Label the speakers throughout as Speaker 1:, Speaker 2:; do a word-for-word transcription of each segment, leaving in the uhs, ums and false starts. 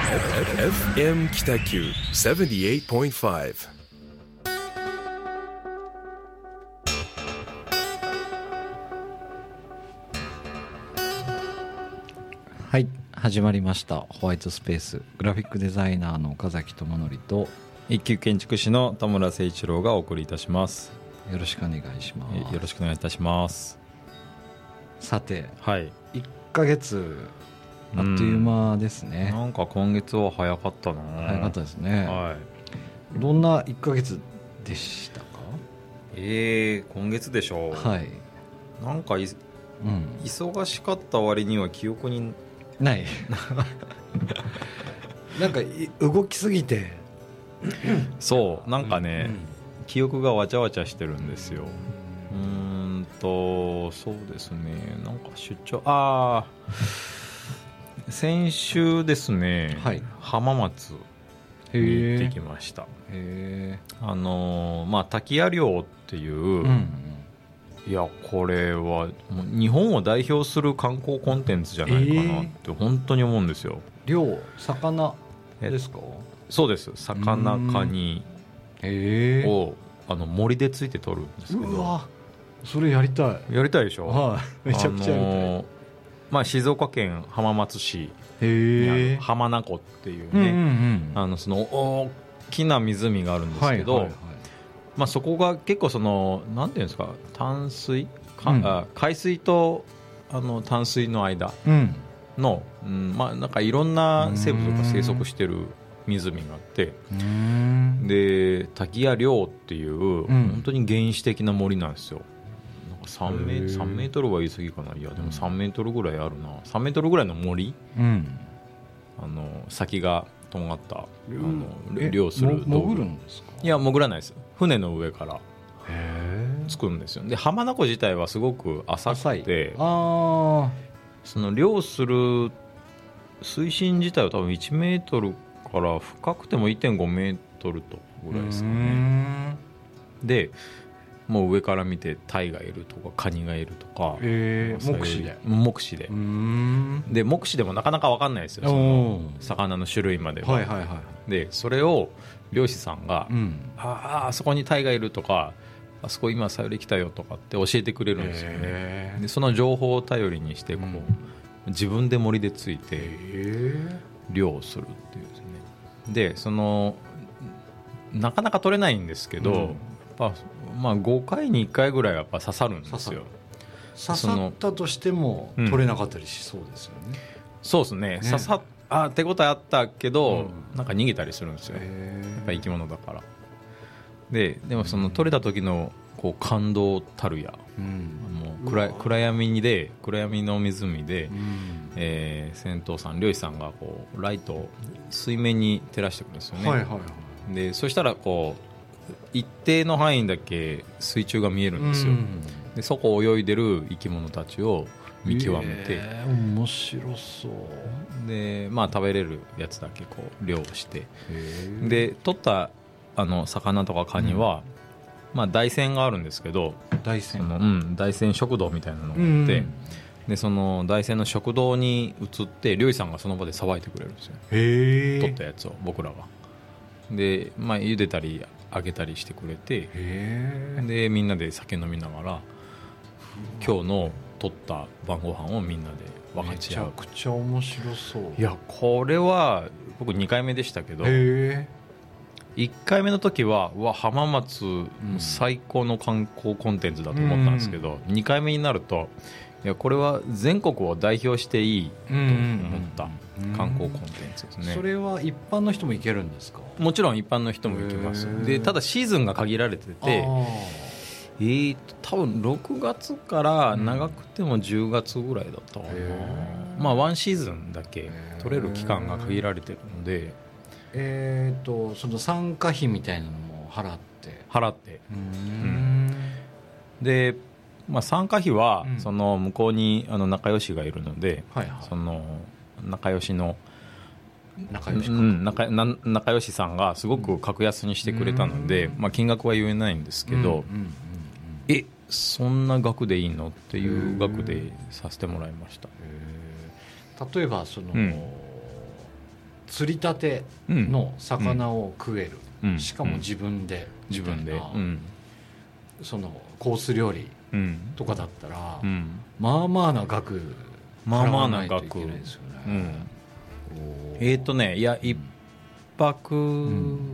Speaker 1: エフエム 北九 セブンティエイトポイントファイブ。
Speaker 2: はい、始まりましたホワイトスペース。グラフィックデザイナーの岡崎智則と
Speaker 3: 一級建築士の田村誠一郎がお送りいたします。
Speaker 2: よろしくお願いします。
Speaker 3: よろしくお願いいたします。
Speaker 2: さて、
Speaker 3: はい、
Speaker 2: いっかげつあっという間ですね。
Speaker 3: なんか今月は早かったな。
Speaker 2: 早かったですね、
Speaker 3: はい、
Speaker 2: どんないっかげつでしたか？
Speaker 3: えー、今月でしょう。
Speaker 2: はい、
Speaker 3: なんかい、うん、忙しかった割には記憶に
Speaker 2: ないなんか動きすぎて
Speaker 3: そうなんかね、うんうん、記憶がわちゃわちゃしてるんですよ。うーんとそうですね、なんか出張ああ先週ですね、はい、浜松に行ってきました。
Speaker 2: へ
Speaker 3: あのー、まあ滝屋漁っていう、うんうん、いやこれはもう日本を代表する観光コンテンツじゃないかなって本当に思うんですよ。
Speaker 2: 漁、魚ですか？
Speaker 3: そうです。魚カニをあの森でついて取るんですけど、
Speaker 2: うわそれやりたい。
Speaker 3: やりたいでしょ、
Speaker 2: はい、めちゃくちゃやりたい、あのー
Speaker 3: まあ、静岡県浜松市にある浜名湖っていうね、うんうんうん、あのその大きな湖があるんですけど、はいはいはい、まあ、そこが結構そのなんていうんですか、淡水か、うん、あ海水とあの淡水の間の、うんうん、まあ、なんかいろんな生物が生息してる湖があって、で滝屋稜っていう、うん、本当に原始的な森なんですよ。さんメートル、さんメートルは言い過ぎかな。いやでもさんメートルぐらいあるな。さんメートルぐらいの森、うん、あの先がとんがったあの漁する道具。
Speaker 2: 潜るんですか？
Speaker 3: いや潜らないです。船の上から作るんですよ。で浜名湖自体はすごく浅くて、あその漁する水深自体は多分いちメートルから深くても いってんごメートルとぐらいですかね。でもう上から見てタイがいるとかカニがいるとか、
Speaker 2: えー、目視で
Speaker 3: 目視でうーんで目視でもなかなか分かんないですよ、その魚の種類までは、はいはいはい、でそれを漁師さんが、うん、ああそこにタイがいるとかあそこ今サヨリ来たよとかって教えてくれるんですよね、えー、でその情報を頼りにしてこう、うん、自分で森でついて漁をするっていうですね。でそのなかなか取れないんですけど、うん、やっぱまあ、ごかいにいっかいぐらいはやっぱ刺さるんですよ。
Speaker 2: 刺さったとしても取れなかったりしそうですよね、うん、
Speaker 3: そうですね、ね、刺さっあ手応えあったけど、うん、なんか逃げたりするんですよ、やっぱ生き物だから。ででもその取れた時のこう感動たるや、うん、もう 暗, 暗闇で暗闇の湖で、うん、えー、船頭さん漁師さんがこうライトを水面に照らしてくるんですよね、はいはいはい、でそしたらこう一定の範囲だけ水中が見えるんですよ、うん、でそこを泳いでる生き物たちを見極めて、
Speaker 2: えー、面白そう
Speaker 3: で、まあ、食べれるやつだけこう漁してで取ったあの魚とかカニは、うん、まあ、台船があるんですけど
Speaker 2: 台船、
Speaker 3: その、うん、台船食堂みたいなのがあって、うん、でその台船の食堂に移って漁師さんがその場でさばいてくれるんですよ。
Speaker 2: へー、
Speaker 3: 取ったやつを僕らがで、まあ、茹でたり揚げたりしてくれて、でみんなで酒飲みながら今日の取った晩ご飯をみんなで分かち合う。
Speaker 2: めちゃくちゃ面白そう。
Speaker 3: いやこれは僕にかいめでしたけど、いっかいめの時はうわ浜松最高の観光コンテンツだと思ったんですけど、うん、にかいめになるといやこれは全国を代表していいと思った観光コンテンツですね。
Speaker 2: それは一般の人も行けるんですか？
Speaker 3: もちろん一般の人も行けます。でただシーズンが限られてて、えー、多分ろくがつから長くてもじゅうがつぐらいだったかな、まあワンシーズンだけ取れる期間が限られてるので、
Speaker 2: えーとその参加費みたいなのも払って
Speaker 3: 払ってうーん、うん、でまあ、参加費はその向こうにあの仲良しがいるので、うん、はいはい、その仲良しの
Speaker 2: 仲良し、
Speaker 3: うん、仲, な仲良しさんがすごく格安にしてくれたので、うん、まあ、金額は言えないんですけど、うんうんうんうん、えそんな額でいいのっていう額でさせてもらいました。
Speaker 2: 例えばその、うん、 釣りたての魚を食える、
Speaker 3: うん、
Speaker 2: しかも自分で、
Speaker 3: うん、自分で、うん、
Speaker 2: そのコース料理とかだったら、
Speaker 3: うん、
Speaker 2: まあまあな額払わないといけないですよね、
Speaker 3: まあまあな額、うん、えーとねいや一泊、うん、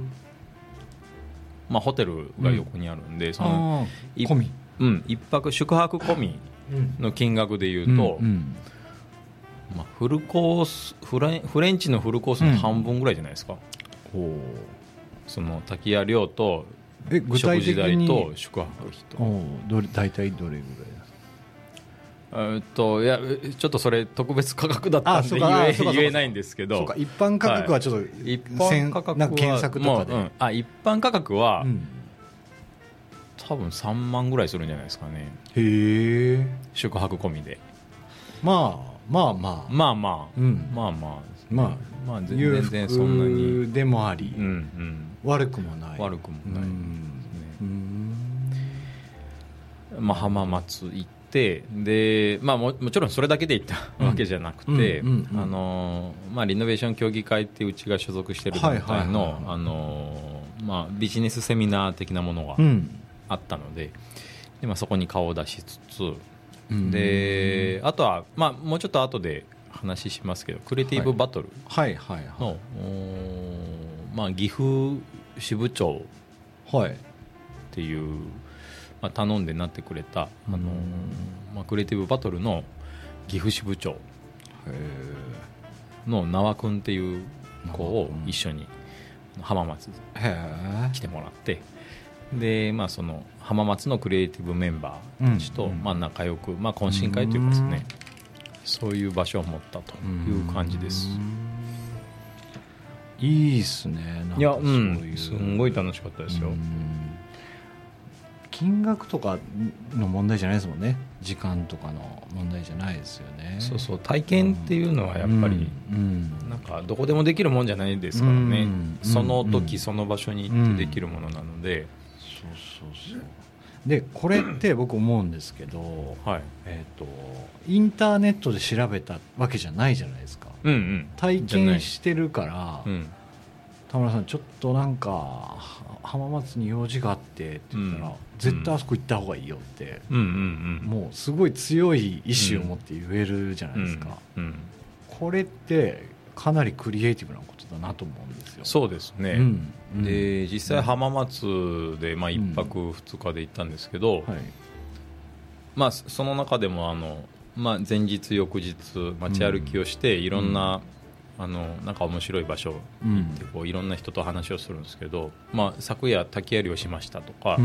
Speaker 3: まあ、ホテルが横にあるんで、うん、その
Speaker 2: 込み、
Speaker 3: うん、一泊宿泊込みの金額でいうと、うんうん、まあ、フルコースフレン、フレンチのフルコースの半分ぐらいじゃないですか、うん、その炊き屋料と
Speaker 2: え具体的に
Speaker 3: 食事代と宿泊費と
Speaker 2: どれ大体どれぐらい
Speaker 3: えっといやちょっとそれ特別価格だったんで言え、言えないんですけど、
Speaker 2: そうか一般価格はちょっと、はい、
Speaker 3: 一般価格は
Speaker 2: なんか検索とかで、
Speaker 3: うん、あ一般価格は、うん、多分さんまんぐらいするんじゃないですかね。
Speaker 2: へえ。
Speaker 3: 宿泊込みで
Speaker 2: まあまあまあ
Speaker 3: まあまあ、うん、まあまあまあまあ全然そんなに
Speaker 2: 裕福でもあり、うんうん、悪くもない
Speaker 3: 悪くもないですね。うん、まあ浜松行ってで、まあ、も, もちろんそれだけで行ったわけじゃなくて、あのまあリノベーション協議会ってうちが所属している団体のあのまあビジネスセミナー的なものがあったので、で、まあ、そこに顔を出しつつ、であとは、まあ、もうちょっと後で話しますけどクリエイティブバトルの、まあ、岐阜支部長っていう、まあ、頼んでなってくれた、あのまあ、クリエイティブバトルの岐阜支部長の縄君っていう子を一緒に浜松来てもらって、で、まあ、その浜松のクリエイティブメンバーたちと、まあ、仲良く、まあ、懇親会というかですね、そういう場所を持ったという感じです。
Speaker 2: いいっすね。なんかそういう、いや、うん、
Speaker 3: すごい楽しかったですよ。
Speaker 2: 金額とかの問題じゃないですもんね。時間とかの問題じゃないですよね。
Speaker 3: そうそう、体験っていうのはやっぱり、うん、なんかどこでもできるもんじゃないですからね、うん、その時その場所に行ってできるものなので、うん、
Speaker 2: そうそうそう。でこれって僕思うんですけど、はい、えーと、インターネットで調べたわけじゃないじゃないですか、うんうん、体験してるから、うん、田村さんちょっとなんか浜松に用事があってって言ったら、うん、絶対あそこ行った方がいいよって、うんうんうん、もうすごい強い意志を持って言えるじゃないですか、うんうんうん、これってかなりクリエイティブなことだなと思うんですよ。
Speaker 3: そうですね、うんうん、で実際浜松でまあいっぱくふつかで行ったんですけど、うん、はい、まあ、その中でもあの、まあ、前日翌日街歩きをしていろんな、うん、あのなんか面白い場所に行ってこういろんな人と話をするんですけど、まあ、昨夜滝槍をしましたとか、うん、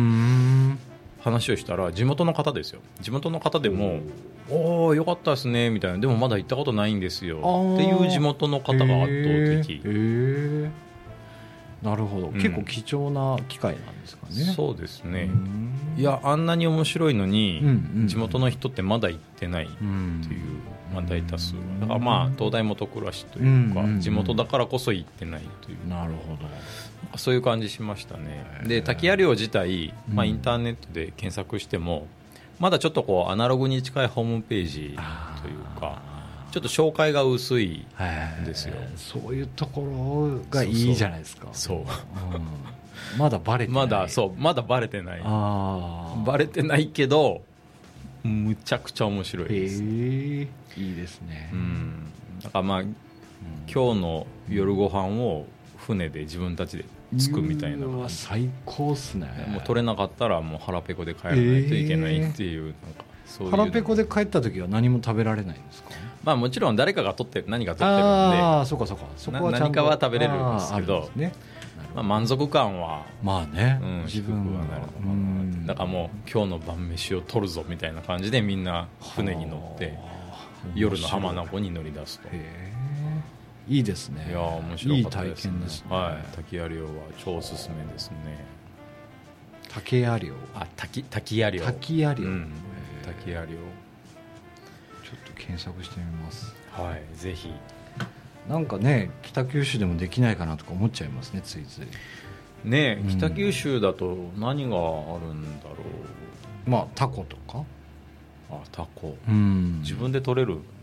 Speaker 3: 話をしたら地元の方ですよ。地元の方でもおおよかったですねみたいな、でもまだ行ったことないんですよっていう地元の方が圧倒的。へー、
Speaker 2: なるほど、うん、結構貴重な機会なんですかね。
Speaker 3: そうですね。いやあんなに面白いのに、うんうんうん、地元の人ってまだ行ってないっていう、うん、まあ、大多数だから、まあ、東大元暮らしというか、うんうんうん、地元だからこそ行ってないという。
Speaker 2: なるほど、
Speaker 3: そういう感じしましたね。で滝屋寮自体、まあ、インターネットで検索しても、うん、まだちょっとこうアナログに近いホームページというかちょっと紹介が薄いんですよ。
Speaker 2: そういうところがいいじゃないですか。
Speaker 3: そう、そう、
Speaker 2: うん、まだバレてない。
Speaker 3: まだそうまだバレてない。あバレてないけどむちゃくちゃ面白いです。へ
Speaker 2: ー、いいですね。
Speaker 3: うん、だからまあ、うん、今日の夜ご飯を船で自分たちでつくみたいな。
Speaker 2: うわ最高っすね。
Speaker 3: もう取れなかったらもう腹ペコで帰らないといけないっていう、なんかそういう
Speaker 2: 腹ペコで帰った時は何も食べられないんですか？
Speaker 3: まあ、もちろん誰かが取って何か取ってるんで、
Speaker 2: あそうかそうか、そこはちゃんと
Speaker 3: 何かは食べれるんですけど、ね、まあ、満足感は
Speaker 2: まあね、
Speaker 3: うん、自分はなるのかな、うん、だからもう今日の晩飯を取るぞみたいな感じでみんな船に乗って夜の浜名湖に乗り出すと。へ
Speaker 2: いいですね。
Speaker 3: いや面白かったですね。
Speaker 2: いい体験ですね。
Speaker 3: はい、滝屋漁は超おすすめですね。
Speaker 2: 竹屋漁、
Speaker 3: あ滝滝屋漁、
Speaker 2: 滝屋漁、うん、
Speaker 3: 滝屋漁、ちょ
Speaker 2: っと検索してみます。
Speaker 3: はい、ぜひ。
Speaker 2: なんかね北九州でもできないかなとか思っちゃいますね、ついつい
Speaker 3: ね。うん、北九州だと何があるんだろ
Speaker 2: う。まあタコとか。
Speaker 3: あタコ、うん、自分で取れるん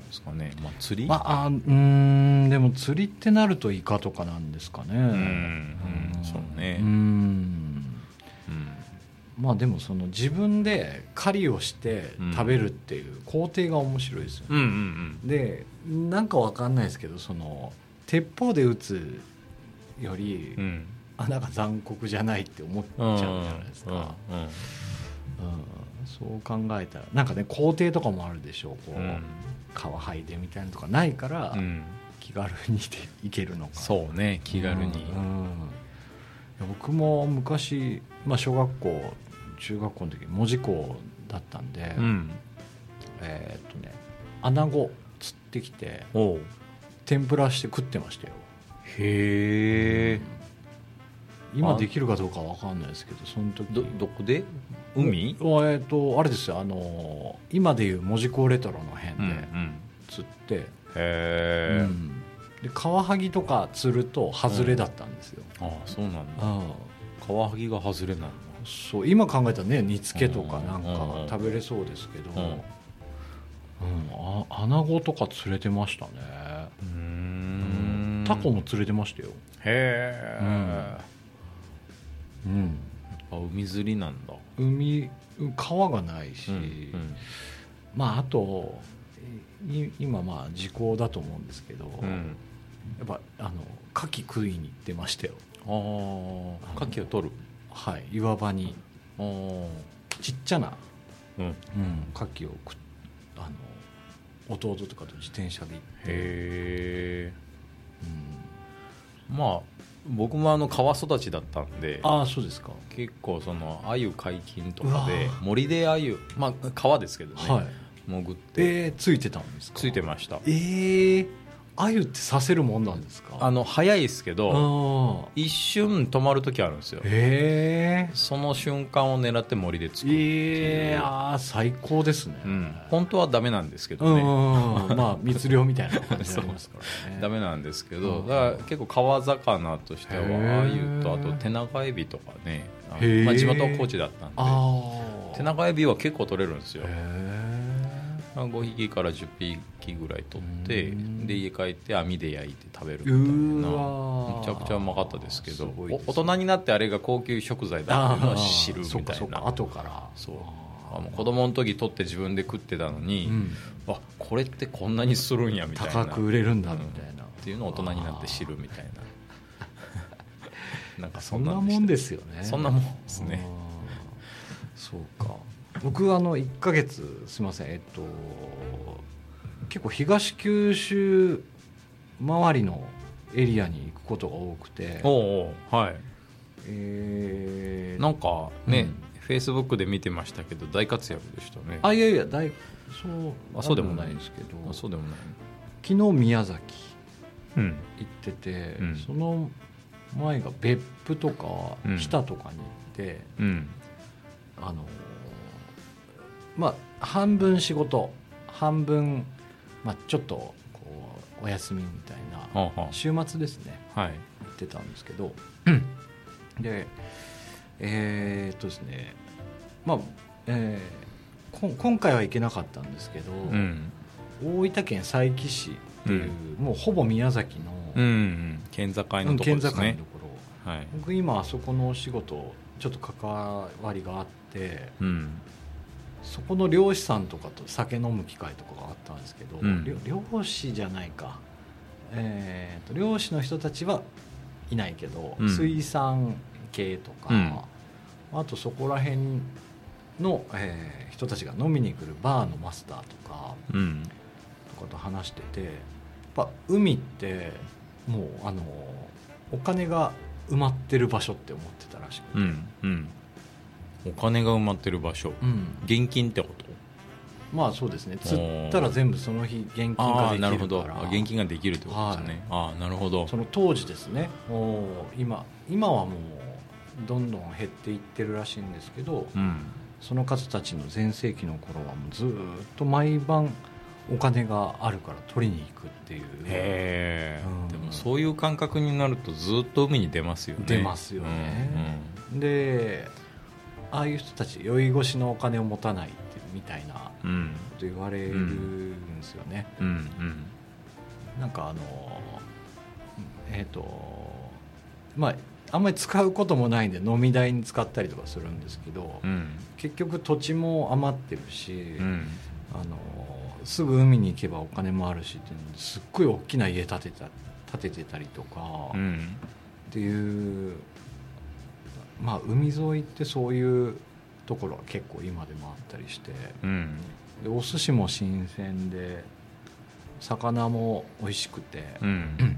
Speaker 3: ですかね、まあ、釣り、
Speaker 2: まあ、あうんでも釣りってなるとイカとかなんですかね。うん、うん、
Speaker 3: そうね。
Speaker 2: うん、うん、まあでもその自分で狩りをして食べるっていう工程が面白いですよね、うんうんうん、でなんかわかんないですけどその鉄砲で撃つより、うん、あなんか残酷じゃないって思っちゃうじゃないですか、うんうんうん、そう考えたらなんかね工程とかもあるでしょう、こう、うん、皮剥いでみたいなのとかないから、うん、気軽にいけるのか。
Speaker 3: そうね、気軽に、うんうん、
Speaker 2: 僕も昔、まあ、小学校中学校の時門司港だったんで、うん、えー、っとねアナゴ釣ってきて天ぷらして食ってましたよ。
Speaker 3: へえ、
Speaker 2: うん、今できるかどうかわかんないですけど、その時
Speaker 3: ど, どこで海、
Speaker 2: えー、っとあれですよ、あの今でいう門司港レトロの辺で釣って、うんうん、へえ、うん、でカワハギとか釣ると外れだったんですよ、
Speaker 3: うん、ああそうなんだ。カワハギが外れなんだ。
Speaker 2: そう今考えたらね煮付けとかなんか食べれそうですけど、うんうん、あアナゴとか釣れてましたね。うーん、うん、タコも釣れてましたよ。
Speaker 3: へえ、うん、うん、あ海釣りなんだ。
Speaker 2: 海川がないし、うんうん、まああと今まあ時効だと思うんですけど、うん、やっぱあの牡蠣食いに行ってましたよ。
Speaker 3: ああ、牡蠣を取る。
Speaker 2: はい、岩場にちっちゃな、うんうん、牡蠣をくあの弟とかと自転車で行って。へえ、
Speaker 3: うん、まあ僕もあの川育ちだったんで。
Speaker 2: ああそうですか。
Speaker 3: 結構その鮎解禁とかで森で鮎、まあ川ですけどね、はい、潜って、
Speaker 2: えー、ついてたんですか。
Speaker 3: ついてました。
Speaker 2: えー鮎って刺せるもんなんですか。
Speaker 3: あの早いですけど一瞬止まる時あるんですよ。へえ。その瞬間を狙って森で作るっていう。
Speaker 2: えー、あ最高ですね、
Speaker 3: うん、本当はダメなんですけどね、
Speaker 2: うんまあ密漁みたいな感じになりますからね
Speaker 3: ダメなんですけど、だから結構川魚としては鮎とあとテナガエビとかね、まあ、地元は高知だったんでテナガエビは結構取れるんですよ。へごひきからじゅっぴきぐらい取ってで家帰って網で焼いて食べるみたいな、めちゃくちゃうまかったですけど、ね、大人になってあれが高級食材だっていうのは知るみたいな。
Speaker 2: そうか後から
Speaker 3: そうあの子供の時取って自分で食ってたのに、うん、あこれってこんなにするんやみたいな、
Speaker 2: 高く売れるんだみたいな、うん、
Speaker 3: っていうのを大人になって知るみたいななんか
Speaker 2: そんなもんですよね。
Speaker 3: そんなもんですね。
Speaker 2: そうか。僕あのいっかげつすいませんえっと結構東九州周りのエリアに行くことが多くて、おうおう、はい、
Speaker 3: えー、なんかね、フェイスブックで見てましたけど大活躍でしたね。
Speaker 2: あいやいや大そうあそうでもないんですけど、
Speaker 3: あそうでもない。
Speaker 2: 昨日宮崎行ってて、うん、その前が別府とか日田とかに行って、うん、あのまあ半分仕事半分、まあ、ちょっとこうお休みみたいな、はあはあ、週末ですね、はい、行ってたんですけど、うん、でえー、っとですねまあ、えー、こ今回は行けなかったんですけど、うん、大分県佐伯市っていう、うん、もうほぼ宮崎の、
Speaker 3: うんうん、県境のところですね。県境のとこ
Speaker 2: ろ、はい、僕今あそこのお仕事ちょっと関わりがあって、うんそこの漁師さんとかと酒飲む機会とかがあったんですけど、うん、漁師じゃないか、えー、と漁師の人たちはいないけど、うん、水産系とか、うん、あとそこら辺の、えー、人たちが飲みに来るバーのマスターとか、うん、とかと話してて、やっぱ海ってもうあのお金が埋まってる場所って思ってたらしくて、うんうん
Speaker 3: お金が埋まってる場所、うん、現金ってこと？
Speaker 2: まあそうですね。釣ったら全部その日現金ができるから。あ
Speaker 3: なるほど。現金ができるってことですね。はい、あなるほど。
Speaker 2: その当時ですね。もう今今はもうどんどん減っていってるらしいんですけど、うん、その方たちの全盛期の頃はもうずっと毎晩お金があるから取りに行くっていう。
Speaker 3: へー、うん、でもそういう感覚になるとずっと海に出ますよね。
Speaker 2: 出ますよね。うんうん、で。ああいう人たち酔い越しのお金を持たないってみたいなこと言われるんですよね、うんうんうん、なんかあのえっ、ー、とまああんまり使うこともないんで飲み代に使ったりとかするんですけど、うん、結局土地も余ってるし、うん、あのすぐ海に行けばお金もあるしっていうのですっごい大きな家建てた建ててたりとか、うん、っていうまあ海沿いってそういうところは結構今でもあったりして、うん、でお寿司も新鮮で魚も美味しくて、うん、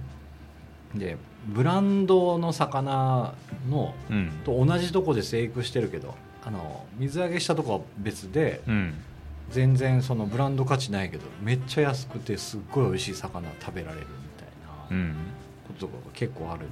Speaker 2: でブランドの魚の、うん、と同じとこで生育してるけどあの水揚げしたとこは別で、うん、全然そのブランド価値ないけどめっちゃ安くてすっごい美味しい魚食べられるみたいなことが結構あるので、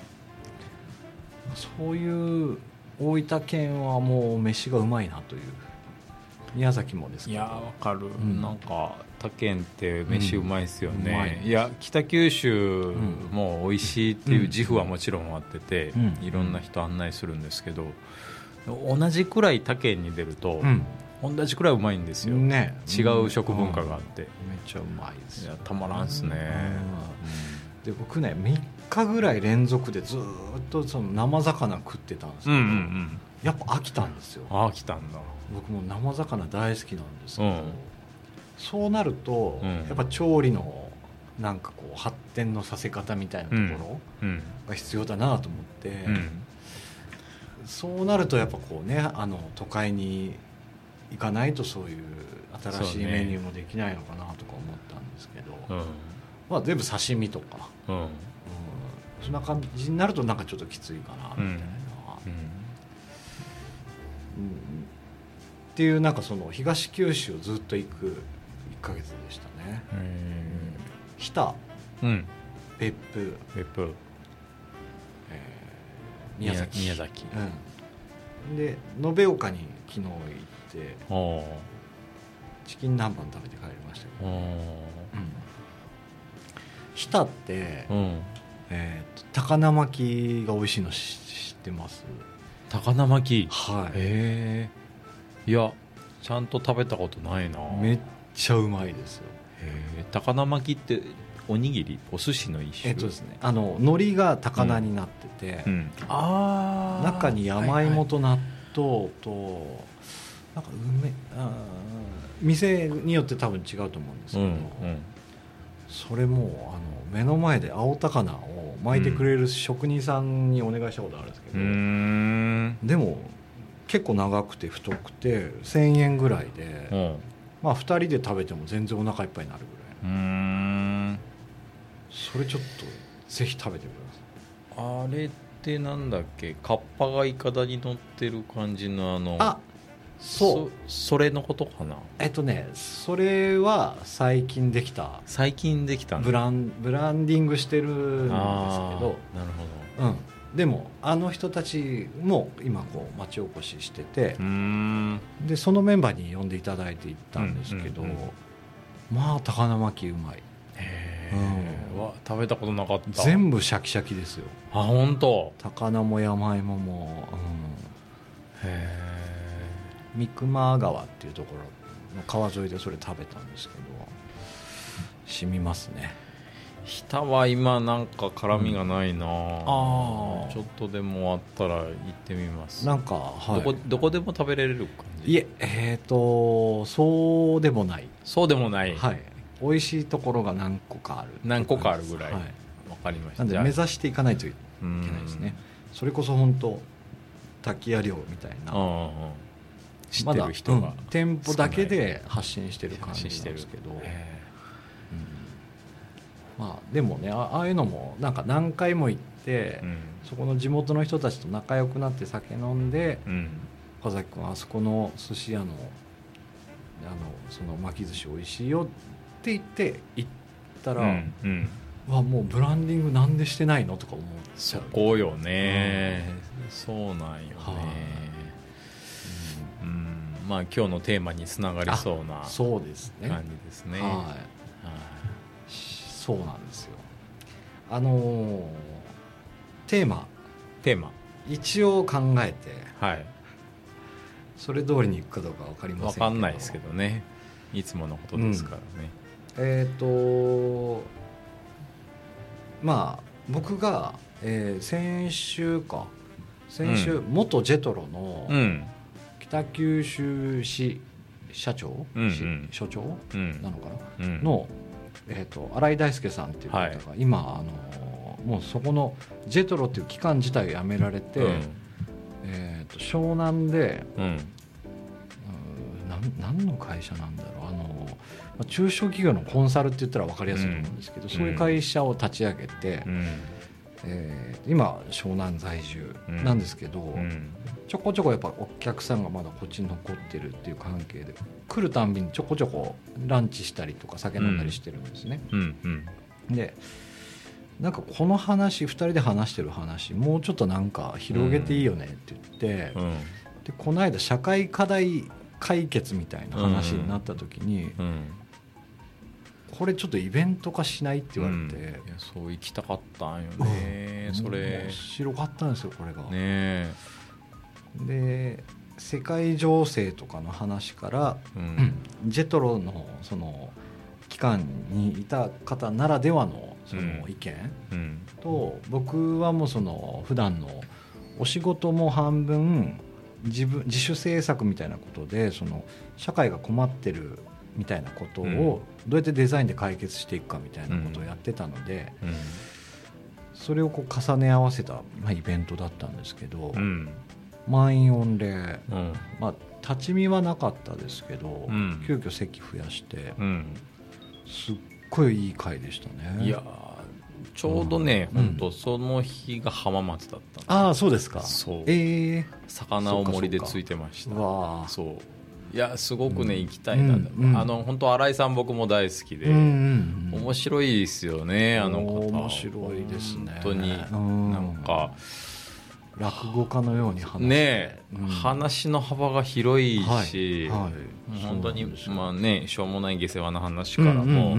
Speaker 2: そういう大分県はもう飯がうまいなという。宮崎もですけど。いや
Speaker 3: わかる、うん、なんか他県って飯うまいですよね、うん、いや北九州も美味しいっていう自負はもちろんあってて、うん、いろんな人案内するんですけど、同じくらい他県に出ると、うん、同じくらいうまいんですよ、ね、違う食文化があって、めっ
Speaker 2: ちゃうまいですよ。
Speaker 3: いやたまらんっすね、
Speaker 2: で僕ねみっかぐらい連続でずっとその生魚食ってたんですけど、うんうんうん、やっぱ飽きたんですよ。
Speaker 3: 飽きたんだ。
Speaker 2: 僕も生魚大好きなんですけど、うん、そうなると、うん、やっぱ調理のなんかこう発展のさせ方みたいなところが必要だなと思って、うんうん、そうなるとやっぱこうねあの都会に行かないとそういう新しいメニューもできないのかなとか思ったんですけど、うん、まあ、全部刺身とか、うんうん、そんな感じになるとなんかちょっときついかなみたいな、うんうん、っていうなんかその東九州をずっと行くいっかげつでしたね。日田、うん、別府、
Speaker 3: 別府、
Speaker 2: えー、宮崎、
Speaker 3: 宮崎、
Speaker 2: うん、で延岡に昨日行ってチキン南蛮食べて帰りましたけど、うん、日田って、うん、えー、と高菜巻きが美味しいの知ってます？
Speaker 3: 高菜巻き、
Speaker 2: はい、
Speaker 3: へー、いやちゃんと食べたことないな。
Speaker 2: めっちゃうまいですよ。
Speaker 3: へー、高菜巻きっておにぎりお寿司の一種？
Speaker 2: えっとですね、あの海苔が高菜になってて、うんうん、あ中に山芋と納豆と、はいはい、なんか梅あ店によって多分違うと思うんですけど、うんうん、それもあの目の前で青高菜を巻いてくれる職人さんにお願いしたことあるんですけど、うん、でも結構長くて太くてせんえんぐらいで、うん、まあふたりで食べても全然お腹いっぱいになるぐらい。うーん、それちょっとぜひ食べてくださ
Speaker 3: い。あれってなんだっけ、カッパがイカダに乗ってる感じのあの
Speaker 2: あそう
Speaker 3: そ, それのことかな。
Speaker 2: えっとねそれは最近できた
Speaker 3: 最近できた
Speaker 2: ブランブランディングしてるんですけど、なる
Speaker 3: ほ
Speaker 2: ど、うん、でもあの人たちも今こう町おこししてて、うーんでそのメンバーに呼んでいただいて行ったんですけど、うんうんうん、まあ高菜巻きうまい。
Speaker 3: へー、うん、わ食べたことなかった。
Speaker 2: 全部シャキシャキですよ。
Speaker 3: あ、本当。
Speaker 2: 高菜も山芋も、うん、へー、三熊川っていうところの川沿いでそれ食べたんですけど染みますね。
Speaker 3: 日田は今なんか辛みがないな、うん、あちょっとでもあったら行ってみます。
Speaker 2: なんか、はい、
Speaker 3: どこ、どこでも食べれる感じ？
Speaker 2: いえ、えーとそうでもない。
Speaker 3: そうでもない、
Speaker 2: はい、美味しいところが何個かある。
Speaker 3: 何個かあるぐらい、はい、分かりました。
Speaker 2: なんで目指していかないといけないですね。それこそ本当滝屋寮みたいな、うんうん、
Speaker 3: 知ってる人が、
Speaker 2: まだ、うん、店舗だけで発信してる感じなんですけど、うん、まあでもね あ, ああいうのもなんか何回も行って、うん、そこの地元の人たちと仲良くなって酒飲んで、うん、岡崎君あそこの寿司屋のあのその巻き寿司美味しいよって言って行ったら、うんうん、わもうブランディングなんでしてないのとか思っちゃう。
Speaker 3: そこよね、うん、そうなんよね、はあ、うんうん、まあ今日のテーマにつながりそうな
Speaker 2: そうですね
Speaker 3: 感じですね。はい、はあ、
Speaker 2: そうなんですよ。あのー、テーマ
Speaker 3: テーマ
Speaker 2: 一応考えて、はい、 それ通りにいくかどうか分かりませんけど、
Speaker 3: 分かんないですけどね、いつものことですからね、
Speaker 2: うん、えっ、ー、とまあ僕が、えー、先週か先週、うん、元ジェトロの北九州市社長、うんうん、所長、うん、なのかな、うん、の、えー、と新井大輔さんっていう方が、はい、今あのもうそこのジェトロっていう機関自体を辞められて、うん、えー、と湘南で、うん、何の会社なんだろう、あの中小企業のコンサルって言ったら分かりやすいと思うんですけど、うん、そういう会社を立ち上げて、うん、えー、今湘南在住なんですけど、うん、ちょこちょこやっぱお客さんがまだこっちに残ってるっていう関係で来るたんびにちょこちょこランチしたりとか酒飲んだりしてるんですね、うんうん、でなんかこの話ふたりで話してる話もうちょっとなんか広げていいよねって言って、うん、でこの間社会課題解決みたいな話になった時に、うんうん、これちょっとイベント化しないって言われて、うん、いや
Speaker 3: そう行きたかったんよね、うん、それ
Speaker 2: 面白かったんですよこれが、
Speaker 3: ね、
Speaker 2: で世界情勢とかの話から、うん、ジェトロのその機関にいた方ならではのその意見、うん、と僕はもうその普段のお仕事も半分自分自主制作みたいなことでその社会が困ってるみたいなことをどうやってデザインで解決していくかみたいなことをやってたので、うんうん、それをこう重ね合わせた、まあ、イベントだったんですけど、うん、満員御礼、うん、まあ、立ち見はなかったですけど、うん、急遽席増やして、うん、すっごいいい会でしたね。
Speaker 3: いやちょうどね、うん、本当その日が浜松だったんで。
Speaker 2: ああそうですか。
Speaker 3: そう、
Speaker 2: えー、
Speaker 3: 魚を森でついてました。
Speaker 2: わ
Speaker 3: そういやすごくね、うん、行きたいな、うんうん、あの本当新井さん僕も大好きで、うんうんうん、面白いですよねあの方。
Speaker 2: 面白いですね
Speaker 3: 本当に、うん、なんか
Speaker 2: 落語家のように話して
Speaker 3: ね、うん、話の幅が広いし、はいはい、本当にまあねしょうもない下世話な話からも、うんうんうんうん、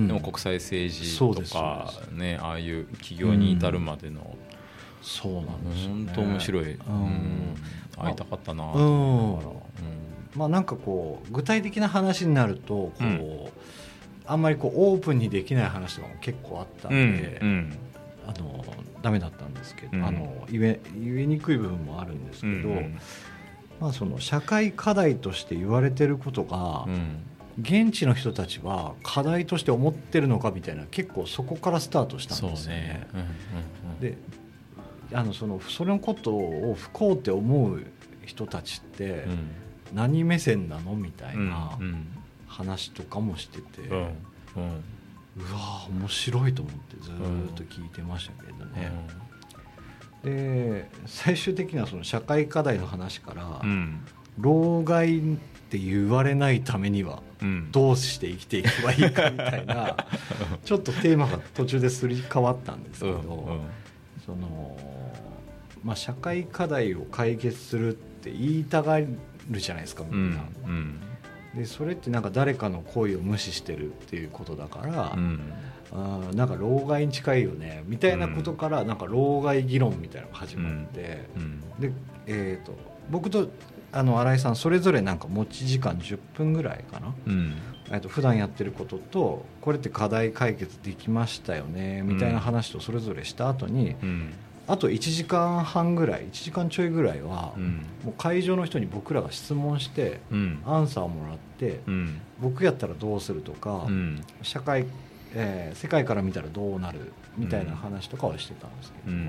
Speaker 3: でも国際政治とかねああいう企業に至るまでの、うん、
Speaker 2: そうなんですよね、
Speaker 3: 本当面白い、うんうん、会いたかったなと
Speaker 2: 思うから、うん、まあなんかこう具体的な話になるとこう、うん、あんまりこうオープンにできない話とかも結構あったんで、うんうん、あのダメだったんですけど、うん、あの言え、言えにくい部分もあるんですけど、うん、まあ、その社会課題として言われてることが、うん、現地の人たちは課題として思ってるのかみたいな結構そこからスタートしたんですよね。そうね、うんうんうん、であのそのそれのことを不幸って思う人たちって何目線なのみたいな話とかもしてて、うんうんうん、うわ面白いと思ってずっと聞いてましたけどね、うん、で最終的にはその社会課題の話から、うん、老害って言われないためにはどうして生きていけばいいかみたいな、うん、ちょっとテーマが途中ですり替わったんですけど、うんうん、そのまあ、社会課題を解決するって言いたがるじゃないですかみんな、うんうんでそれってなんか誰かの声を無視してるっていうことだから、うん、あなんか老害に近いよねみたいなことから、うん、なんか老害議論みたいなのが始まって、うん、で、えーと、僕とあの新井さんそれぞれなんか持ち時間じゅっぷんぐらいかな、うん、えーと普段やってることとこれって課題解決できましたよねみたいな話とそれぞれした後に、うんあといちじかんはんぐらいいちじかんちょいぐらいは、うん、もう会場の人に僕らが質問して、うん、アンサーをもらって、うん、僕やったらどうするとか、うん、社会、えー、世界から見たらどうなるみたいな話とかはしてたんですけど、うん、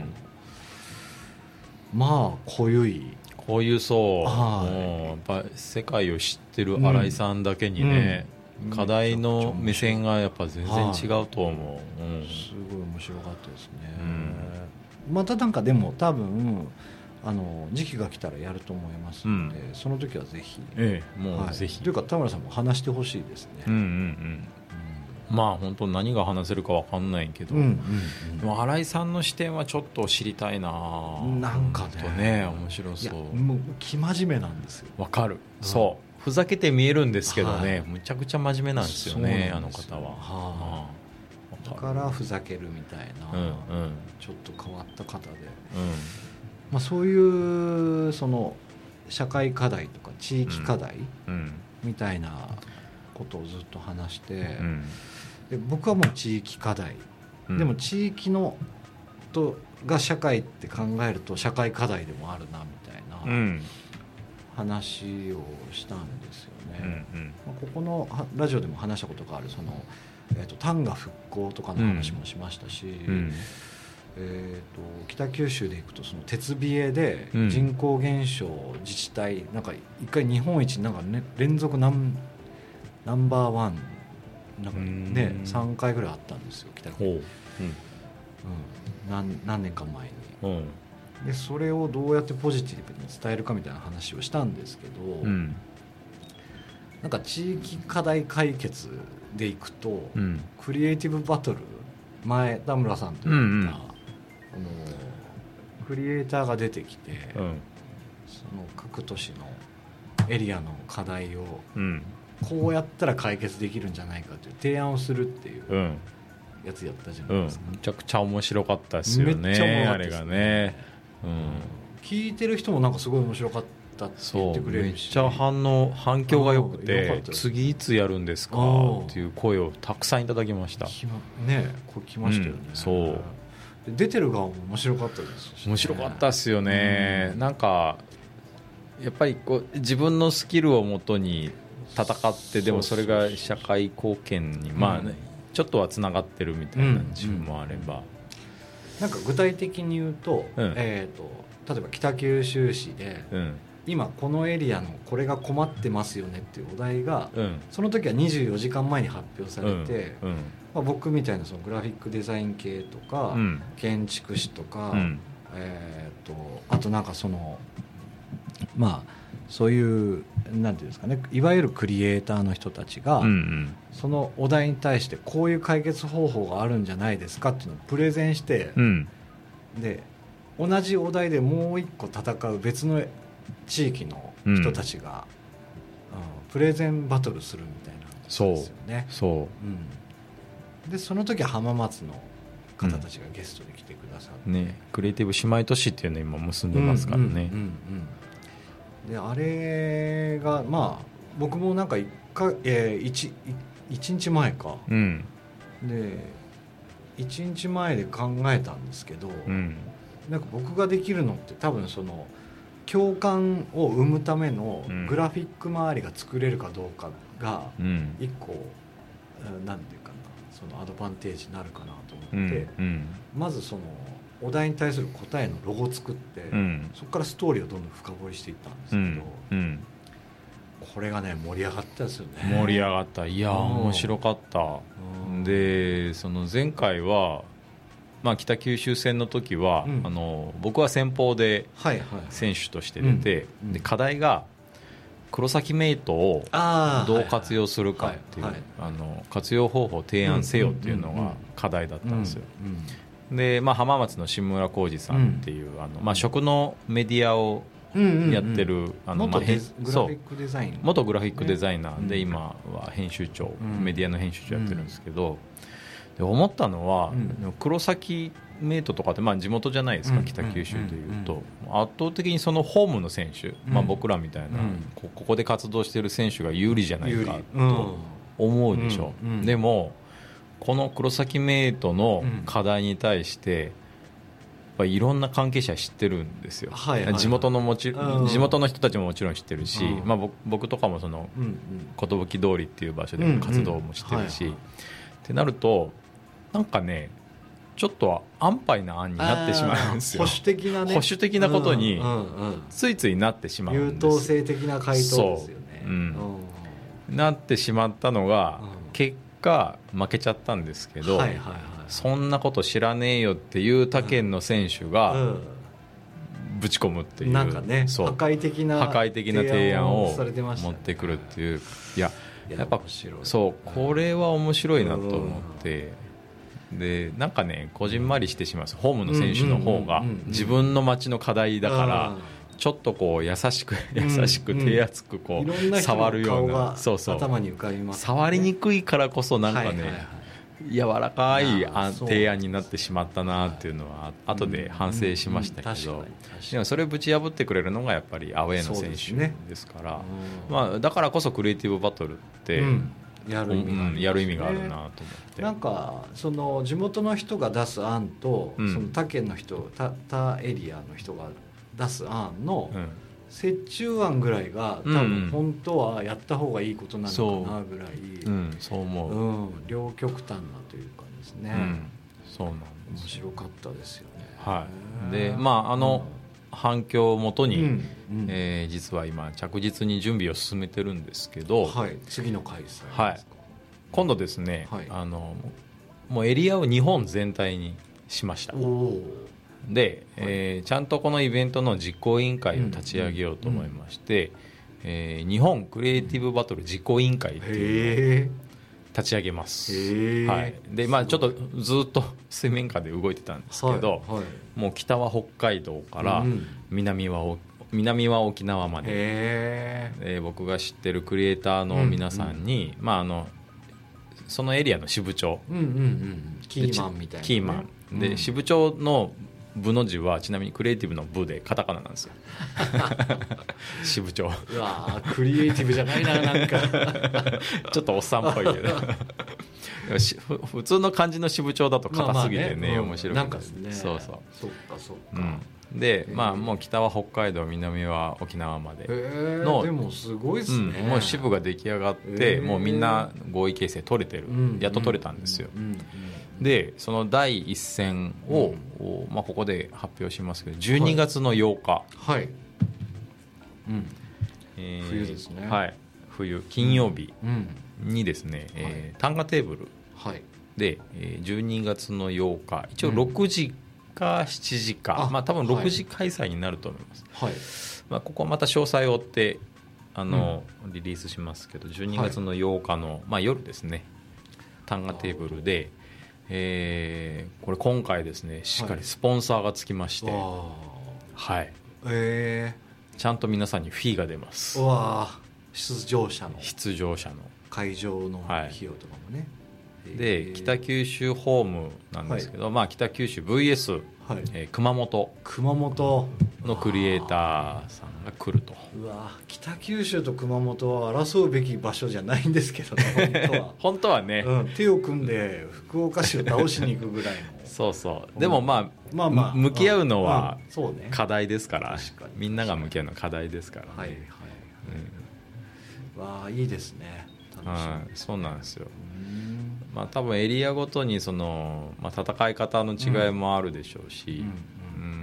Speaker 2: まあ濃ゆい
Speaker 3: こういうそう、はい、やっぱ世界を知ってる新井さんだけにね、うん、課題の目線がやっぱ全然違うと思う、はいうん、
Speaker 2: すごい面白かったですね、うんまたなんかでも多分あの時期が来たらやると思いますので、うん、その時はぜひ、
Speaker 3: ええ、もうぜひ、
Speaker 2: はい、というか田村さんも話してほしいですね、うんうんうん
Speaker 3: うん、まあ本当何が話せるか分かんないけど、うんうんうん、でも新井さんの視点はちょっと知りたいな
Speaker 2: なんか
Speaker 3: ね, ね面白そう。
Speaker 2: もう生真面目なんですよ。
Speaker 3: 分かる、うん、そうふざけて見えるんですけどね、はい、むちゃくちゃ真面目なんですよねあの方は、はあ
Speaker 2: だからふざけるみたいな、うんうん、ちょっと変わった方で、うんまあ、そういうその社会課題とか地域課題みたいなことをずっと話して、うん、で僕はもう地域課題、うん、でも地域のとが社会って考えると社会課題でもあるなみたいな話をしたんですよね、うんうんまあ、ここのラジオでも話したことがあるその、えーと、丹賀復興とかの話もしましたし、うんうんえー、と北九州でいくとその鉄美恵で人口減少自治体、うん、なんか一回日本一なんか、ね、連続ナン、ナンバーワンなんか、ね、さんかいぐらいあったんですよ北九州、うんうん、何, 何年か前に、うん、でそれをどうやってポジティブに伝えるかみたいな話をしたんですけど、うん、なんか地域課題解決でいくと、うん、クリエイティブバトル前田村さんと言った、うんうんあのクリエイターが出てきて、うん、その各都市のエリアの課題をこうやったら解決できるんじゃないかという提案をするっていうやつやったじゃないですか、
Speaker 3: うん、めちゃくちゃ面白かったですよね。めっちゃ面白かったですね、あれがね、
Speaker 2: うん、聞いてる人もなんかすごい面白かったって言ってくれるし、
Speaker 3: めっちゃ反応反響が良くて次いつやるんですかっていう声をたくさんいただきました。
Speaker 2: ねこれ来ましたよね、
Speaker 3: うん、そう
Speaker 2: 出てる側も面白かったですし、ね、
Speaker 3: 面白かったですよね、うん、なんかやっぱりこう自分のスキルをもとに戦ってでもそれが社会貢献にまあ、ね、ちょっとはつながってるみたいな自分もあれば、うんうん、
Speaker 2: なんか具体的に言うと、うんえー、と例えば北九州市で、うん、今このエリアのこれが困ってますよねっていうお題が、うん、その時はにじゅうよじかんまえに発表されて、うんうんまあ、僕みたいなそのグラフィックデザイン系とか、うん、建築士とか、うんえー、とあとなんかそのまあそういうなんていうんですかねいわゆるクリエイターの人たちが、うんうん、そのお題に対してこういう解決方法があるんじゃないですかっていうのをプレゼンして、うん、で同じお題でもう一個戦う別の地域の人たちが、うんうん、プレゼンバトルするみたいなんですよね。
Speaker 3: そうそう、
Speaker 2: うんでその時は浜松の方たちがゲストで来てくださって、うん
Speaker 3: ね、クリエイティブ姉妹都市っていうのを今結んでますからね、うんうんうん
Speaker 2: うん、であれがまあ僕もなんかいっか、えー、1, 1日前か、うん、でいちにちまえで考えたんですけど、うん、なんか僕ができるのって多分その共感を生むためのグラフィック周りが作れるかどうかが一個、うん、なんていうかなそのアドバンテージになるかなと思って、うんうん、まずそのお題に対する答えのロゴを作って、うん、そこからストーリーをどんどん深掘りしていったんですけど、うんうん、これがね盛り上がったですよね。
Speaker 3: 盛り上がった。いや面白かった。でその前回は、まあ、北九州戦の時は、うん、あの僕は先方で選手として出て、はいはいうん、で課題が黒崎メイトをどう活用するかっていう、あの活用方法を提案せよっていうのが課題だったんですよ。で、まあ、浜松の新村浩二さんっていう、あのまあ、食のメディアをやってる、
Speaker 2: 元グラフィックデザイン
Speaker 3: 元グラフィックデザイナーで今は編集長、メディアの編集長やってるんですけど、で思ったのは、黒崎メイトとかって、まあ、地元じゃないですか、北九州でいうと、圧倒的にそのホームの選手、まあ、僕らみたいな、ここで活動している選手が有利じゃないかと思うでしょう。でもこの黒崎メイトの課題に対していろんな関係者知ってるんですよ、はいはいはい、地元のもち地元の人たちももちろん知ってるし、まあ、僕, 僕とかもその寿通りっていう場所で活動も知ってるし、ってなるとなんかねちょっと安牌な案になってしまうんですよ。
Speaker 2: 保守的なね
Speaker 3: 保守的なことについついなってしまうんです。
Speaker 2: 優等生的な回答ですよね。
Speaker 3: そう、うんうん、なってしまったのが、うん、結果負けちゃったんですけど、はいはいはい、そんなこと知らねえよっていう他県の選手がぶち込むっていう、
Speaker 2: なんかね破壊的な
Speaker 3: 破壊的な提案を持ってくるっていう、いややっぱそうこれは面白いなと思って、でなんかねこじんまりしてしまう。ホームの選手の方が自分の街の課題だからちょっとこう優しく優しく手厚くこう触るような、そうそう
Speaker 2: 頭に浮かびますね。
Speaker 3: 触りにくいからこそなんかね、はいはいはい、 柔らかい提案になってしまったなっていうのは後で反省しましたけど、でもそれをぶち破ってくれるのがやっぱりアウェーの選手ですから、まあ、だからこそクリエイティブバトルってやる意味がある、やる意味があるなと思って、
Speaker 2: なんかその地元の人が出す案と、その他県の人、他、他エリアの人が出す案の折衷案ぐらいが多分本当はやった方がいいことなのかなぐらい、
Speaker 3: うんうん、そう思う、
Speaker 2: うん、両極端なというかですね、うん、
Speaker 3: そうなんです。
Speaker 2: 面白かったですよね。
Speaker 3: はい、でまああの、うん、反響をもとに、うんうん、えー、実は今着実に準備を進めてるんですけど、
Speaker 2: はい、次の開催ですか。
Speaker 3: はい、今度ですね、はい、あのもうエリアを日本全体にしました。おで、えー、ちゃんとこのイベントの実行委員会を立ち上げようと思いまして、うんうん、えー、日本クリエイティブバトル実行委員会っていうのを立ち上げます。はい、でまあちょっとずっと水面下で動いてたんですけど、はいはい、もう北は北海道から南は、うん、南は沖縄まで、えー、僕が知ってるクリエイターの皆さんに、うんうん、まああのそのエリアの支部長、うんうんうん、
Speaker 2: キーマンみたいな、ね、
Speaker 3: キーマンで、うん、支部長の部の字はちなみにクリエイティブの部でカタカナなんですよ支部長。
Speaker 2: うわクリエイティブじゃないな、なんか
Speaker 3: ちょっとおっさんっぽいけど普通の漢字の支部長だと硬すぎてね、まあまあね、面白い、うん、
Speaker 2: なんかですね、
Speaker 3: そうそう、
Speaker 2: そっかそっか、
Speaker 3: うん、でまあもう北は北海道、南は沖縄までの、
Speaker 2: でもすごいですね、
Speaker 3: うん、もう支部が出来上がって、もうみんな合意形成取れてる、やっと取れたんですよ、うんうんうんうん、でその第一戦を、うん、まあ、ここで発表しますけどじゅうにがつのようか、
Speaker 2: はいはい、うん、
Speaker 3: えー、
Speaker 2: 冬ですね、
Speaker 3: はい、冬金曜日にですね、うんうん、えー、単価テーブルで、えー、じゅうにがつのようか一応ろくじかしちじか、うん、まあ、多分ろくじ開催になると思います、はい、まあ、ここはまた詳細を追ってあの、うん、リリースしますけどじゅうにがつのようかの、はい、まあ、夜ですね、単価テーブルで、えー、これ今回ですねしっかりスポンサーがつきまして、はい、はい、
Speaker 2: え
Speaker 3: ー、ちゃんと皆さんにフィーが出ます。
Speaker 2: うわ、出場者の
Speaker 3: 出場者の
Speaker 2: 会場の費用とかもね、
Speaker 3: はい、で北九州ホームなんですけど、はい、まあ、北九州 ブイエス、はい、えー、熊本
Speaker 2: 熊本
Speaker 3: のクリエイターさんが来ると。
Speaker 2: うわ、北九州と熊本は争うべき場所じゃないんですけどね本当は
Speaker 3: 本当はね、
Speaker 2: うん、手を組んで福岡市を倒しに行くぐらいの
Speaker 3: そうそう、でもまあ、まあまあ、向き合うのは課題ですから、
Speaker 2: うん、
Speaker 3: そうね、みんなが向き合うのは課題ですから、ね、
Speaker 2: はいはい、うん、わあ、いいですね、楽しみ、
Speaker 3: はい、そうなんですよ。まあ、多分エリアごとにその、まあ、戦い方の違いもあるでしょうし、うんうん、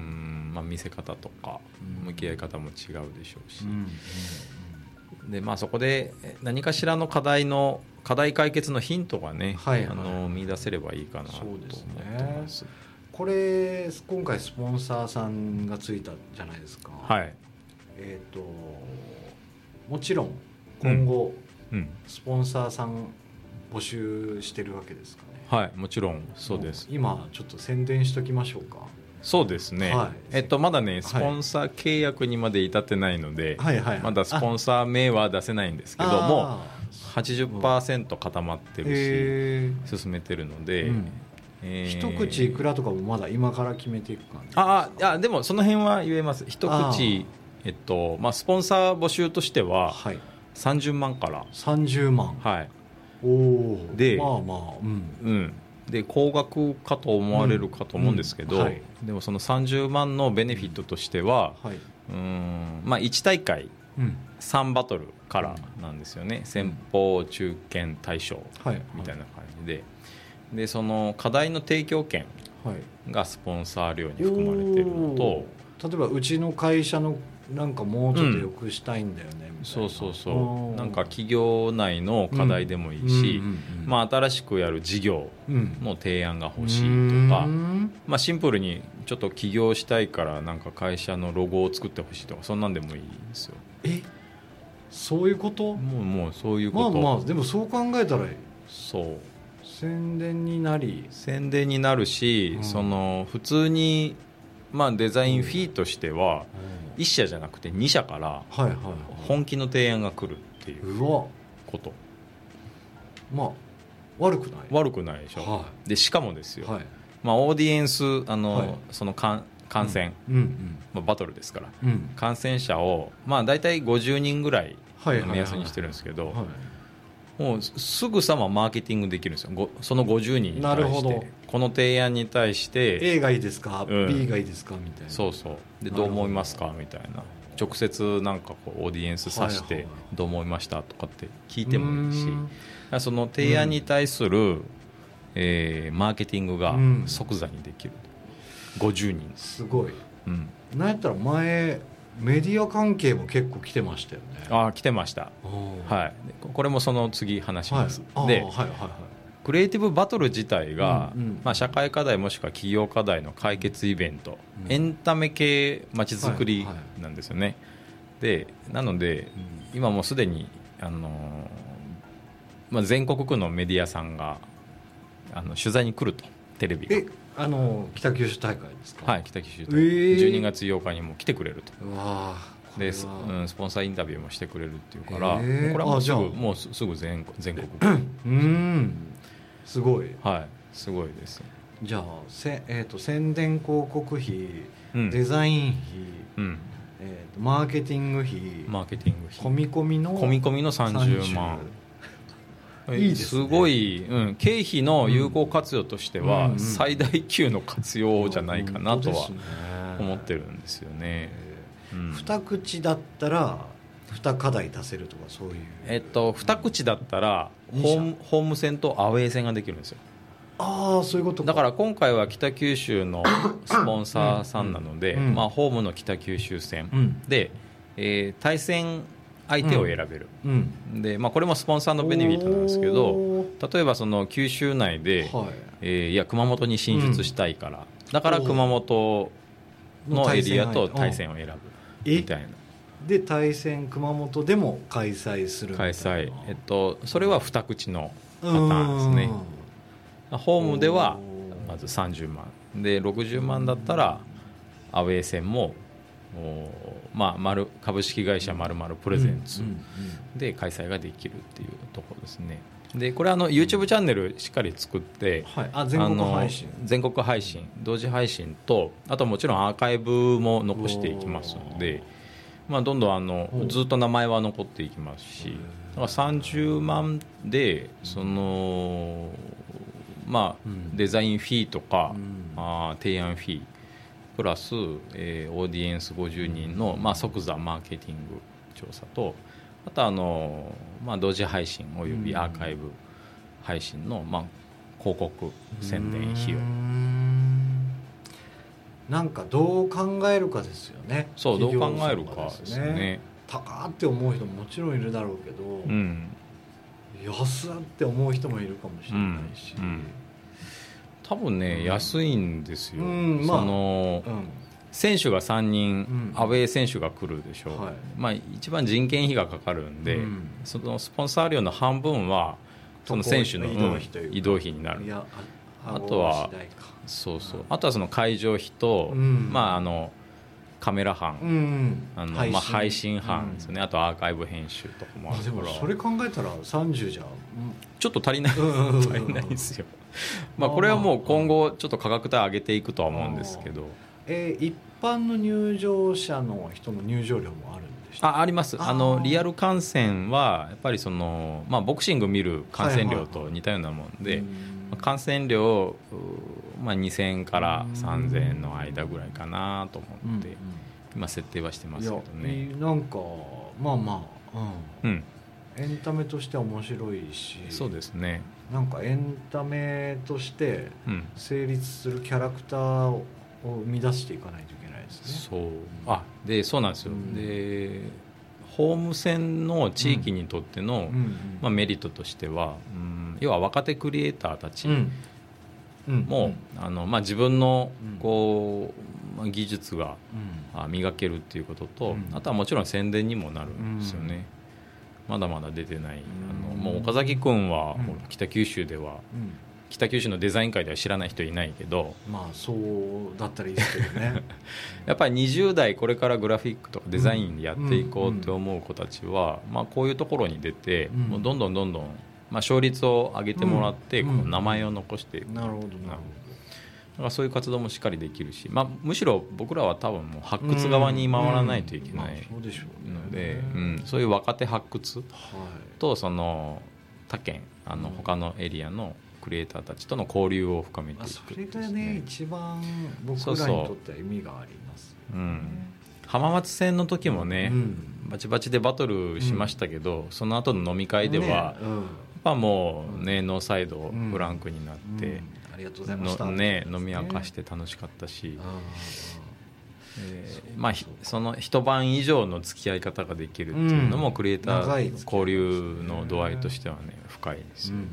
Speaker 3: まあ、見せ方とか向き合い方も違うでしょうし、うんうん、でまあ、そこで何かしらの課題の課題解決のヒントがね、はいはい、あの見出せればいいかなと思ってます。
Speaker 2: これ今回スポンサーさんがついたじゃないですか、
Speaker 3: はい、
Speaker 2: えーと、もちろん今後、うんうん、スポンサーさん募集してるわけですかね。
Speaker 3: はい、もちろんそうです。
Speaker 2: 今ちょっと宣伝しときましょうか。
Speaker 3: そうですね、はい、えっと、まだねスポンサー契約にまで至ってないので、はいはいはい、まだスポンサー名は出せないんですけども はちじゅっパーセント 固まってるし進めてるので、うん、
Speaker 2: えー、一口いくらとかもまだ今から決めていく感じです
Speaker 3: か。ああ、でもその辺は言えます。一口、えっとまあ、スポンサー募集としてはさんじゅうまんから
Speaker 2: さんじゅうまん、
Speaker 3: はい、
Speaker 2: お
Speaker 3: で、
Speaker 2: まあまあ、うん
Speaker 3: うん、で高額かと思われるかと思うんですけど、うんうん、はい、でもそのさんじゅうまんのベネフィットとしては、はい、うーん、まあ、いち大会さんバトルからなんですよね、うん、先方中堅大将みたいな感じで、はい、でその課題の提供権がスポンサー料に含まれているのと、
Speaker 2: 例えばうちの会社のなんかもうちょっと良くしたいんだよね、うん、みたいな。
Speaker 3: そうそうそう、なんか企業内の課題でもいいし、うんうんうんうん、まあ、新しくやる事業の提案が欲しいとか、うん、まあ、シンプルにちょっと起業したいからなんか会社のロゴを作ってほしいとか、そんなんでもいいんですよ。
Speaker 2: え、そういうこと？
Speaker 3: もうもうそういうこと。
Speaker 2: まあまあ、でもそう考えたら
Speaker 3: そう
Speaker 2: 宣伝になり
Speaker 3: 宣伝になるし、うん、その普通に、まあ、デザインフィーとしては、うん、いっ社じゃなくてに社から本気の提案が来るっていうこと。
Speaker 2: まあ悪くない
Speaker 3: 悪くないでしょ、
Speaker 2: はい、
Speaker 3: でしかもですよ、
Speaker 2: はい、
Speaker 3: まあ、オーディエンスあの、
Speaker 2: はい、
Speaker 3: その観戦、
Speaker 2: うんうんうん
Speaker 3: まあ、バトルですから、
Speaker 2: うん、
Speaker 3: 観戦者を、まあ、大体ごじゅうにんぐらい目安にしてるんですけど、もうすぐさまマーケティングできるんですよ、そのごじゅうにんに対してこの提案に対して
Speaker 2: A がいいですか、
Speaker 3: うん、
Speaker 2: B がいいですかみたいな、
Speaker 3: そうそうでどう思いますかみたいな、直接なんかこうオーディエンスさしてどう思いましたとかって聞いてもいいし、その提案に対する、うん、えー、マーケティングが即座にできる、うん、ごじゅうにん
Speaker 2: すごい、
Speaker 3: うん、
Speaker 2: なんやったら前メディア関係も結構来てましたよね。
Speaker 3: ああ来てました、はい、これもその次話します、
Speaker 2: はい、
Speaker 3: で、
Speaker 2: はいはいはい、
Speaker 3: クリエイティブバトル自体が、
Speaker 2: うんうん、
Speaker 3: まあ、社会課題もしくは企業課題の解決イベント、うん、エンタメ系まちづくりなんですよね、はいはい、でなので、うん、今もうすでにあの、まあ、全国区のメディアさんがあの取材に来ると、テレビが
Speaker 2: えあの北九州大会ですか。
Speaker 3: はい、北九州大会、えー、じゅうにがつようかにも来てくれると。
Speaker 2: うわ
Speaker 3: で、うん、スポンサーインタビューもしてくれるっていうから、えー、これはもうすぐもうすぐ全全国
Speaker 2: うんすごい、
Speaker 3: はい、すごいです。
Speaker 2: じゃあ、せ、えー、と宣伝広告費、うん、デザイン費、うんえー、とマーケティング費、
Speaker 3: マーケティング費
Speaker 2: 込み込みの
Speaker 3: 込み込みのさんじゅうまん、いいですね、すごい、うん、経費の有効活用としては、うん、最大級の活用じゃないかなとは思ってるんですよね。
Speaker 2: うん、二口だったらに課題出せるとかそういう、
Speaker 3: えっと、二口だったらホーム、ホーム戦とアウェー戦ができるんですよ。
Speaker 2: ああそういうことか。
Speaker 3: だから今回は北九州のスポンサーさんなので、うんうんまあ、ホームの北九州戦、うん、で、えー、対戦相手を選べる、うんうん、でまあ、これもスポンサーのベネフィットなんですけど、例えばその九州内で、はいえー、いや熊本に進出したいから、うん、だから熊本のエリアと対戦を選ぶみたいな。
Speaker 2: で対戦熊本でも開催するみたいな。
Speaker 3: 開催、えっと、それは二口のパターンですね。ホームではまずさんじゅうまんで、ろくじゅうまんだったらアウェー戦もまあ、丸株式会社〇〇プレゼンツで開催ができるっていうところですね。でこれあの YouTube チャンネルしっかり作って、
Speaker 2: はい、あ全国配信
Speaker 3: 全国配信同時配信と、あともちろんアーカイブも残していきますので、まあ、どんどんあのずっと名前は残っていきますし、だからさんじゅうまんでその、まあ、デザインフィーとか、うん、あ提案フィープラス、えー、オーディエンスごじゅうにんの、まあ、即座マーケティング調査と、あとあの、まあ、同時配信およびアーカイブ配信の、まあ、広告宣伝費用、
Speaker 2: なんかどう考えるかですよね。
Speaker 3: そうどう考えるかですね。
Speaker 2: 高って思う人ももちろんいるだろうけど、うん、安って思う人もいるかもしれないし、うんうん、
Speaker 3: 多分ね、うん、安いんですよ、うんまあ、その、うん、選手がさんにん、うん、アウェー選手が来るでしょう、はいまあ、一番人件費がかかるんで、うん、そのスポンサー料の半分はその選手の移動費というか、うん、移動費になる。あとはそうそう、あとはその会場費と、うんまあ、あのカメラ班、うん、あの配信、まあ、配信班ですね、うん、あとアーカイブ編集とかもあるから、
Speaker 2: でもそれ考えたらさんじゅうじゃ
Speaker 3: ちょっと足りない足りないんですよ。まあこれはもう今後ちょっと価格帯上げていくとは思うんですけど、
Speaker 2: えー、一般の入場者の人の入場料もあるんでしょうか。
Speaker 3: あ、あります。あのリアル観戦はやっぱりその、まあ、ボクシング見る観戦料と似たようなもんで、はいはいはい、観戦料、まあ、にせんえんからさんぜんえんの間ぐらいかなと思って、うんうん、今設定はしてますけどね。
Speaker 2: なんかまあまあ、うんうん、エンタメとしては面白いし、
Speaker 3: そうですね、
Speaker 2: なんかエンタメとして成立するキャラクターを生み出していかないといけないですね。
Speaker 3: そう、あでそうなんですよ、うん、でホーム戦の地域にとっての、うんまあ、メリットとしては、うん、要は若手クリエイターたちも、うん、あのまあ、自分のこう、まあ、技術が磨けるっていうことと、うん、あとはもちろん宣伝にもなるんですよね、うん、まだまだ出てない、あのもう岡崎君は、うん、北九州では、うん、北九州のデザイン界では知らない人いないけど、
Speaker 2: まあそうだったらいいですけどね
Speaker 3: やっぱりにじゅう代これからグラフィックとかデザインでやっていこうって思う子たちは、まあ、こういうところに出て、もうどんどんどんどんまあ、勝率を上げてもらって、
Speaker 2: うん
Speaker 3: この名前を残していく、
Speaker 2: なるほどなるほど。
Speaker 3: だからそういう活動もしっかりできるし、まあ、むしろ僕らは多分もう発掘側に回らないといけないので、うん、そういう若手発掘とその他県あの他のエリアのクリエイターたちとの交流を深めていく、ね、
Speaker 2: それがね一番僕らにとっては意味がありますよね。
Speaker 3: うん、浜松戦の時もね、うん、バチバチでバトルしましたけど、うん、その後の飲み会では、ねうん、やっぱもうねノーサイドフランクになって、うんうん、
Speaker 2: ありがとうございました
Speaker 3: ね、飲み明かして楽しかったし、えーまあ、その一晩以上の付き合い方ができるっていうのも、うん、クリエイター交流の度合いとしてはね深いですよ、うんうんうん、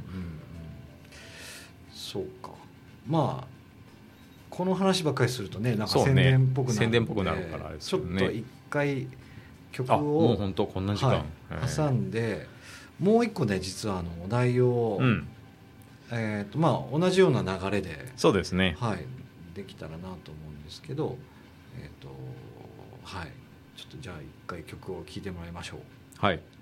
Speaker 2: そうか。まあこの話ばっかりするとねなんか宣伝っぽくなるので、ね、宣伝っぽくなるからあれですよね、ちょっと一回曲を
Speaker 3: もう本当こんな時間、はい、
Speaker 2: 挟んでもう一個ね実はあのお題を、うんえーとまあ、同じような流れで
Speaker 3: そうですね、
Speaker 2: はい、できたらなと思うんですけど、えーとはい、ちょっとじゃあ一回曲を聴いてもらいましょう。
Speaker 3: はい。